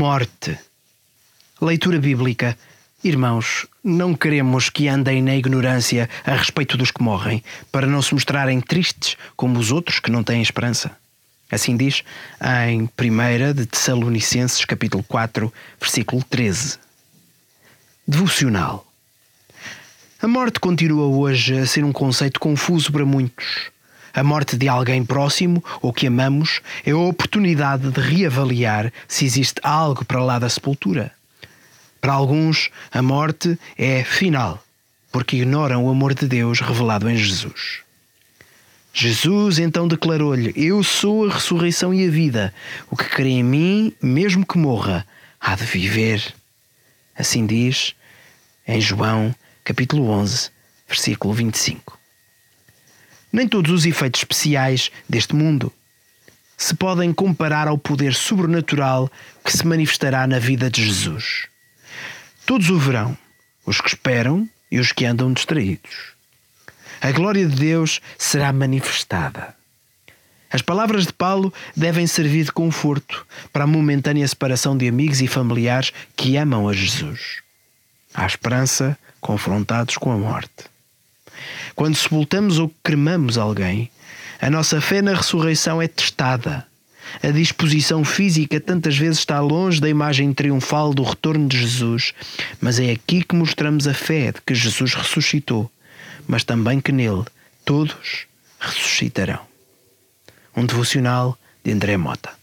morte. Leitura bíblica. Irmãos, não queremos que andem na ignorância a respeito dos que morrem, para não se mostrarem tristes como os outros que não têm esperança. Assim diz em 1 de Tessalonicenses, capítulo 4, versículo 13. Devocional. A morte continua hoje a ser um conceito confuso para muitos. A morte de alguém próximo ou que amamos é a oportunidade de reavaliar se existe algo para lá da sepultura. Para alguns, a morte é final, porque ignoram o amor de Deus revelado em Jesus. Jesus então declarou-lhe: Eu sou a ressurreição e a vida. O que crê em mim, mesmo que morra, há de viver. Assim diz em João, capítulo 11, versículo 25. Nem todos os efeitos especiais deste mundo se podem comparar ao poder sobrenatural que se manifestará na vida de Jesus. Todos o verão, os que esperam e os que andam distraídos. A glória de Deus será manifestada. As palavras de Paulo devem servir de conforto para a momentânea separação de amigos e familiares que amam a Jesus. Há esperança confrontados com a morte. Quando sepultamos ou cremamos alguém, a nossa fé na ressurreição é testada. A disposição física tantas vezes está longe da imagem triunfal do retorno de Jesus, mas é aqui que mostramos a fé de que Jesus ressuscitou, mas também que nele todos ressuscitarão. Um devocional de André Mota.